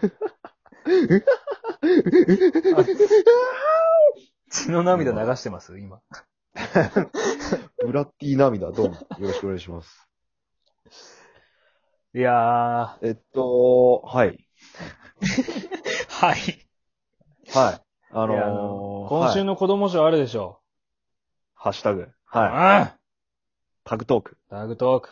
血の涙流してます今。 ブラッディ涙、どうも。よろしくお願いします。 いやはい。 はい。 はい。 いや今週の子供賞あるでしょ。 ハッシュタグ。 はい。 タグトーク。 タグトーク。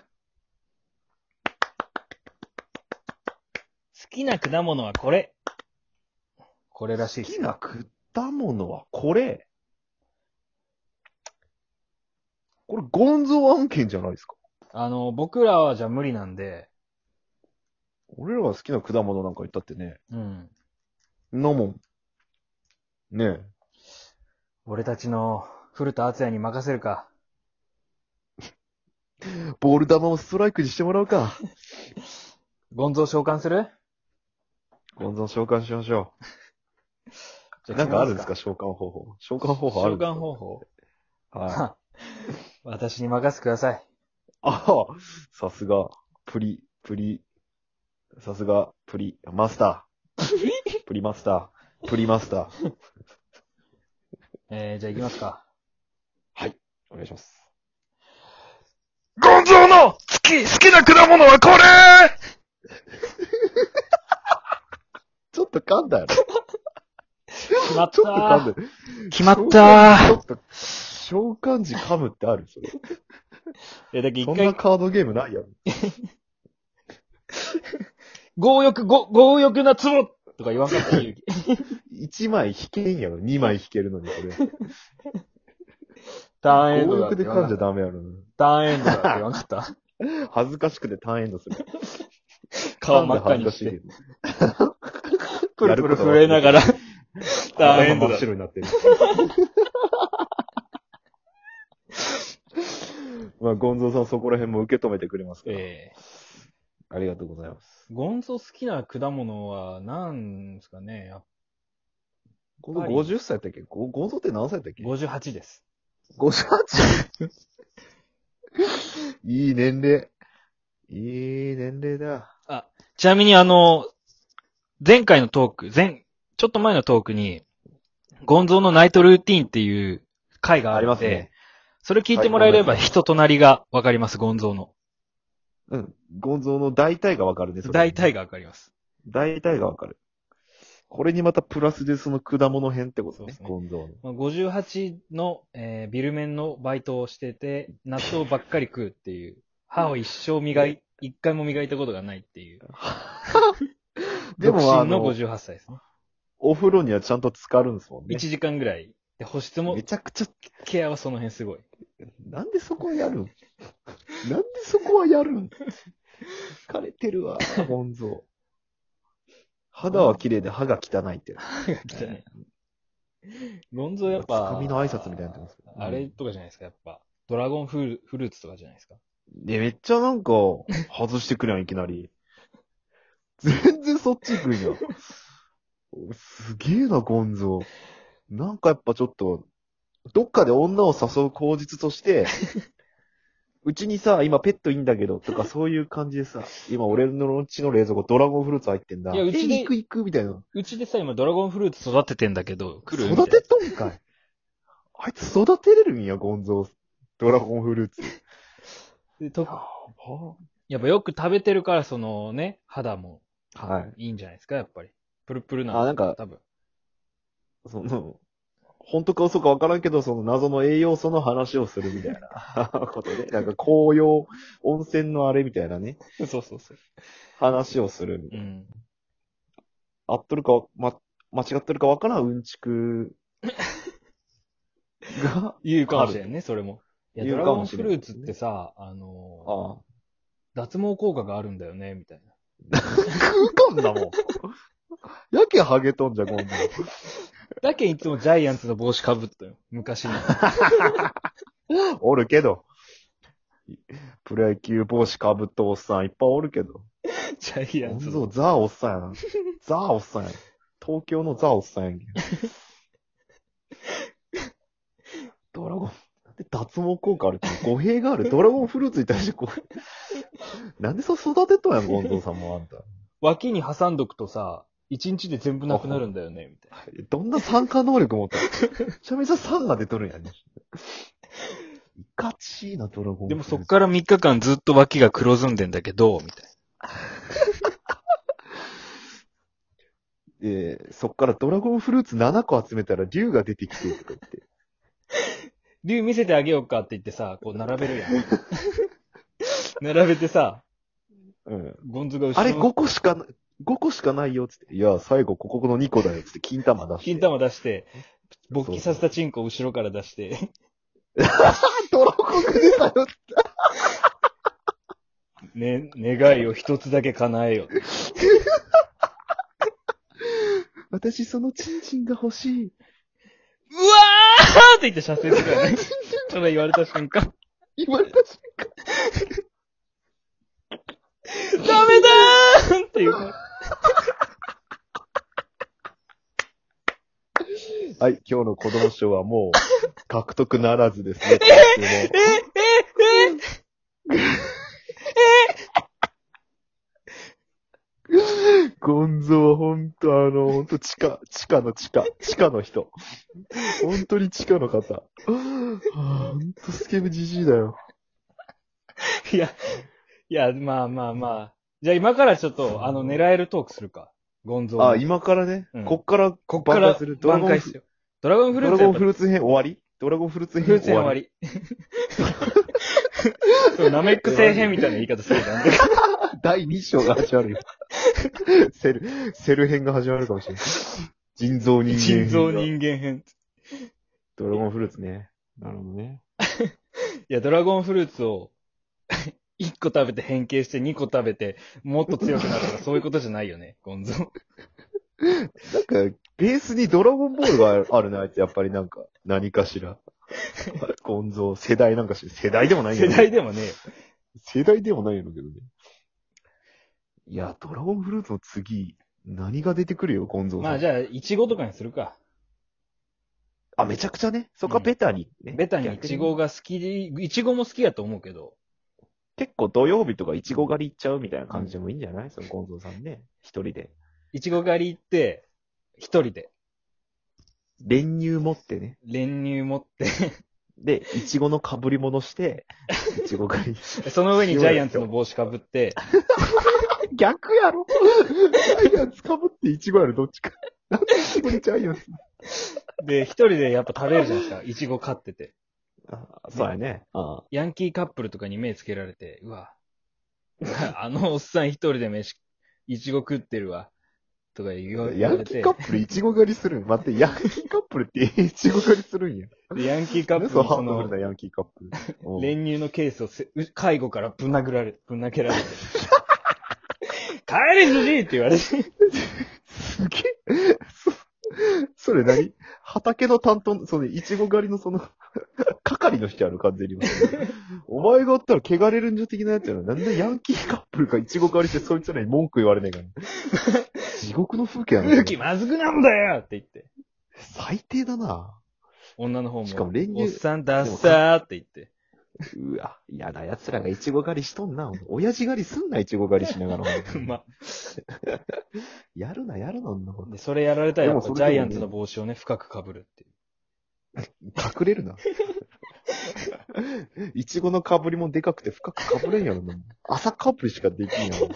好きな果物はこれ。これらしいっす。 好きな果物はこれ。これ、ゴンゾ案件じゃないですか。 僕らはじゃあ無理なんで。 俺らが好きな果物なんか言ったってね。 うん。 なもん。ねえ。 俺たちの古田敦也に任せるか。 ボール球をストライクにしてもらうか。 ゴンゾを召喚する？ ゴンゾを召喚しましょじう。なんかあるんですか召喚方法。召喚方法あるんですか？ 召喚方法。 はい。 私に任せてください。 ああ、さすが、さすが、マスター。プリマスター。プリマスター。 じゃあ行きますか。 はい。お願いします。 ゴンゾーの好きな果物はこれちょっと噛んだよね。 決まったちょっと噛んだよ。 決まったちょっと、召喚時噛むってあるそれ。 だけそんなカードゲームないやろ。 強欲なツボとか言わんかった勇気。 1枚引けんやろ。2枚引けるのに、これ。 ターンエンドだって強欲で噛んじゃダメやろ。 ターンエンドだって言わんかった恥ずかしくてターンエンドする。 顔真っ赤にしして。 プルプル震えながら、ターンエンドだ真っ。白になってる。まあ、ゴンゾーさんそこら辺も受け止めてくれますから。ありがとうございます。 ゴンゾ好きな果物は何ですかね。 ゴンゾ50歳やったっけ？ゴンゾって何歳やったっけ？ 58です。 58? いい年齢。いい年齢だ。 ちなみに前回のトーク、ちょっと前のトークに、ゴンゾーのナイトルーティーンっていう回があるので、 ありますね。 それ聞いてもらえれば人となりがわかります、ゴンゾーの。 うん。ゴンゾーの大体がわかるね。 大体がわかります。 大体がわかる。これにまたプラスでその果物編ってことね。 そうですねゴンゾーの。 まあ、58の、ビルメンのバイトをしてて、納豆ばっかり食うっていう、歯を一回も磨いたことがないっていう。 でも独身の58歳ですね。 お風呂にはちゃんと浸かるんですもんね。 1時間ぐらい。で、保湿もめ、ちゃくちゃ、 ケアはその辺すごい。 なんでそこやるんなんでそこはやるん疲れてるわ、ゴンゾー。肌は綺麗で歯が汚いって。 ゴンゾーやっぱ、 つかみの挨拶みたいになってますけど。 あれとかじゃないですか、やっぱ。ドラゴンフルーツとかじゃないですか。 めっちゃなんか、外してくるやん、いきなり。全然そっち行くんや。すげえな、ゴンゾー。なんかやっぱちょっと、どっかで女を誘う口実として、うちにさ、今ペットいいんだけど、とかそういう感じでさ、今俺のうちの冷蔵庫ドラゴンフルーツ入ってんだ。 いやうちで行くみたいな。 うちでさ、今ドラゴンフルーツ育ててんだけど、来るみたいな育てとんかい。あいつ育てれるんや、ゴンゾー。ドラゴンフルーツ。 でやっぱよく食べてるから、そのね、肌もはいいんじゃないですか、やっぱり。プルプルな。 なんか、 多分。 その、本当か嘘かわからんけど、その謎の栄養素の話をするみたいなことで、なんか紅葉、温泉のあれみたいなね、 そうそうそう。 話をするみたいな。 うん。 合っとるか、間違ってるかわからんうんちくが、 言うかもしれんね、それも。いや、ド言うラゴンかもしれんフルーツってさ、 ああ。 脱毛効果があるんだよね、みたいな。 食うかんなもん。やけハゲとんじゃ、ゴンゾだけいつもジャイアンツの帽子かぶったよ。昔に。 おるけど。プロ野球帽子かぶったおっさんいっぱいおるけど。 ジャイアンツの。 ゴンゾザおっさんやな。ザおっさんやな。東京のザおっさんやんけ。ドラゴン、なんで脱毛効果あるって語弊がある。ドラゴンフルーツに対してこう。なんでそう育てとんやん、ゴンゾーさんもあんた。 脇に挟んどくとさ、 1日で全部なくなるんだよね、みたいな。 どんな酸化能力持ったの？めちゃめちゃ酸が出とるんやね。いかちいな、ドラゴンフルーツ。 でもそっから3日間ずっと脇が黒ずんでんだけど、みたいそっからドラゴンフルーツ7個集めたら竜が出てきて、とか言って。 な。竜見せてあげようかって言ってさ、こう並べるやん。並べてさ、 うん。 ゴンズが後ろあれ5個しかないよ、つって。いや、最後ここの2個だよ、つって金玉出して。 金玉出して、勃起させたチンコを後ろから出して、 ドラゴンが出たよ。 ね、願いを一つだけ叶えよ。 私そのチンチンが欲しい。 うわーって言って射精するよね。それ言われた瞬間。 言われた瞬ダメだーっていう。 はい、今日の子供賞はもう獲得ならずですね。ゴンゾはほんと地下の人。ほんとに地下の方。ほんとスケベじじいだよ。 いや、まあ。じゃあ今からちょっと、狙えるトークするか。ゴンゾーの。 あ、今からね、 うんこっからこっから挽回する。 挽回しよう。ドラゴンフルーツドラゴンフルーツ編終わりドラゴンフルーツフルー編終わり。 ツ編終わり。そうナメック星編みたいな言い方するじゃん。 第2章が始まるよ。セル編が始まるかもしれない。人造人間編。 人造人間編。 ドラゴンフルーツね。なるほどね。 いや、ドラゴンフルーツを1個食べて変形して2個食べてもっと強くなるとかそういうことじゃないよね、ゴンゾー。 なんか、ベースにドラゴンボールがあるな、あいつ。やっぱりなんか、何かしら。ゴンゾー、世代なんかしら。世代でもないよ世代でもねえよ。 世代でもないんだけどね。いや、ドラゴンフルーツの次、何が出てくるよ、ゴンゾーさん。 まあじゃあ、イチゴとかにするか。 あ、めちゃくちゃね。そこはベタにね。 ベタにイチゴが好きで、イチゴも好きやと思うけど。 結構土曜日とかイチゴ狩り行っちゃうみたいな感じでもいいんじゃない、そのゴンゾーさんね。一人で。 イチゴ狩り行って、一人で。 練乳持ってね。 練乳持ってで、イチゴの被り物して、イチゴ狩り。 その上にジャイアンツの帽子かぶって、 逆やろジャイアンツ被ってイチゴやるどっちか。なんでイチゴにジャイアンツで、一人でやっぱ食べるじゃないですか。イチゴ飼ってて。 そうやね。 ヤンキーカップルとかに目つけられて、うわ、あのおっさん一人でイチゴ食ってるわ。とか言わヤンれて。 キーカップルイチゴ狩りするん待って、ヤンキーカップルってイチゴ狩りするんや。 で、ヤンキーカップルそう、 にハートフルなヤンキーカップル。 練乳のケースを介護からぶん投げられて。帰れ、ジジイって言われて。 すげえ。それ何畑の担当、イチゴ狩りの係の人やる完全に。お前がおったら汚れるんじゃ的なやつやろ。なんでヤンキーカップルがイチゴ狩りしてそいつらに文句言われねえから。地獄の風景やな。 空気まずくなんだよって言って。 最低だな。 女の方も、 しかも練乳おっさんダッサーって言って。 うわ、嫌な奴らがイチゴ狩りしとんな。親父狩りすんな、イチゴ狩りしながら。 まやるな、んなこと。 で、それやられたらやっぱジでもそれでもねャイアンツの帽子をね、深く被るっていう。 隠れるな。イチゴの被りもでかくて深く被れんやろな。朝被りしかできんやろ。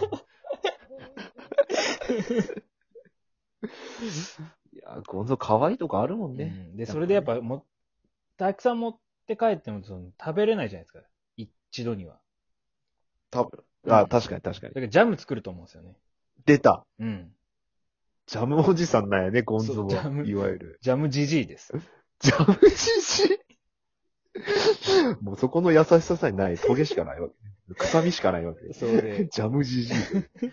いや、ゴンゾ可愛いとこあるもんね。 で、それでやっぱたくさん持って帰っても食べれないじゃないですか。一度には。 多分。あ、確かに。 だからジャム作ると思うんですよね。 出た。 うん。 ジャムおじさんなんやね、ゴンゾそうジャムは。いわゆる。 ジャムジジイです。 ジャムじじいもうそこの優しささえない。トゲしかないわけ。臭みしかないわけ。 そうで、 ジャムじじい。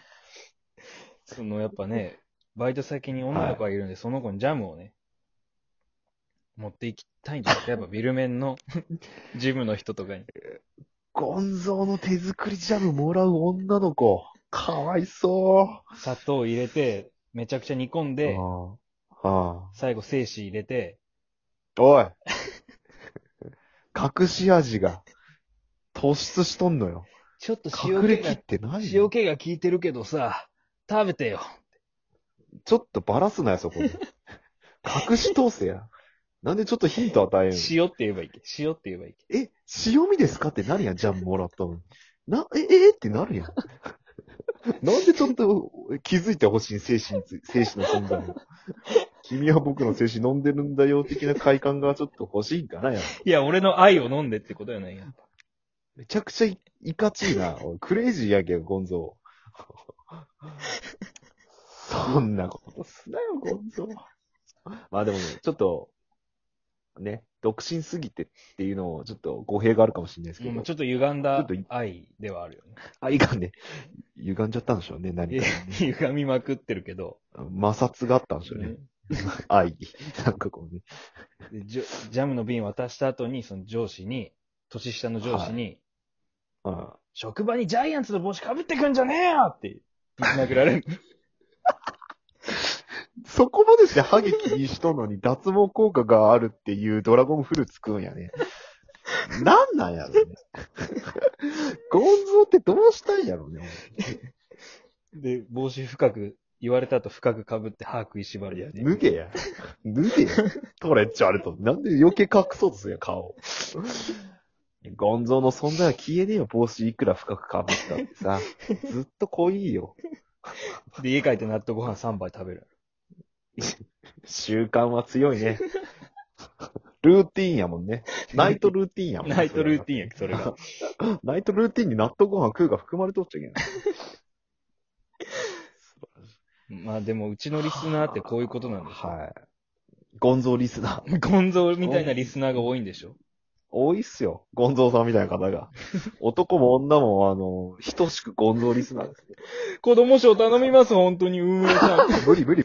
やっぱね、バイト先に女の子がいるんで、その子にジャムをね、持っていきたいんですよ。やっぱビルメンのジムの人とかに。 ゴンゾーの手作りジャムもらう女の子。かわいそ砂糖を入れて、めちゃくちゃ煮込んう。 で、最後精子入れて、 おい隠し味が突出しとんのよ。 ちょっと隠れきってない塩気が効いてるけどさ、食べてよ。 ちょっとバラすなよ、そこで。隠し通せや。なんでちょっとヒント与えんの？ 塩って言えばいいけ。塩って言えばいいけ。 塩味ですかって何やん、ジャムもらったのに。ってなるやん。なんでちょっと気づいてほしい、精子の存在を。君は僕の精子飲んでるんだよ、的な快感がちょっと欲しいんかな、や。 いや、俺の愛を飲んでってことやないやん。 めちゃくちゃいかちいな。おいクレイジーやけん、ゴンゾー。そんなことすなよ、ゴンゾー。まあでもね、ちょっと、ね、独身すぎてっていうのも、ちょっと語弊があるかもしれないですけど。 もうちょっと歪んだちょっと愛ではあるよね。 愛がね、歪んじゃったんでしょうね、何かにね。 歪みまくってるけど。 摩擦があったんでしょうね。愛に。なんかこうね。 でジャムの瓶渡した後に、その上司に、年下の上司に、 あ職場にジャイアンツの帽子かぶってくんじゃねえよってぶち殴られる。 そこまでしてハゲ気にしとんのに脱毛効果があるっていうドラゴンフルーツ食うんやね。なんなんやろね。ゴンゾーってどうしたんやろね。 で、帽子深く、言われた後深く被って歯食いしばるやね。 脱げや。脱げや。トレッチあると。なんで余計隠そうとするやん、顔。ゴンゾーの存在は消えねえよ、帽子いくら深く被ったってさ。ずっと濃いよ。 で、家帰って納豆ご飯3杯食べる。 習慣は強いね。ルーティーンやもんね。ナイトルーティーンやもんね。 ナイトルーティンやんけ、それが。 ナイトルーティーンに納豆ご飯食うが含まれとっちゃいけない。 まあでも、うちのリスナーってこういうことなんですよ。 はい。ゴンゾーリスナー。 ゴンゾーみたいなリスナーが多いんでしょ。 多いっすよ。ゴンゾーさんみたいな方が。男も女も、等しくゴンゾーリスナーですね。 子供賞頼みます、本当に、運営さん。 無理無理。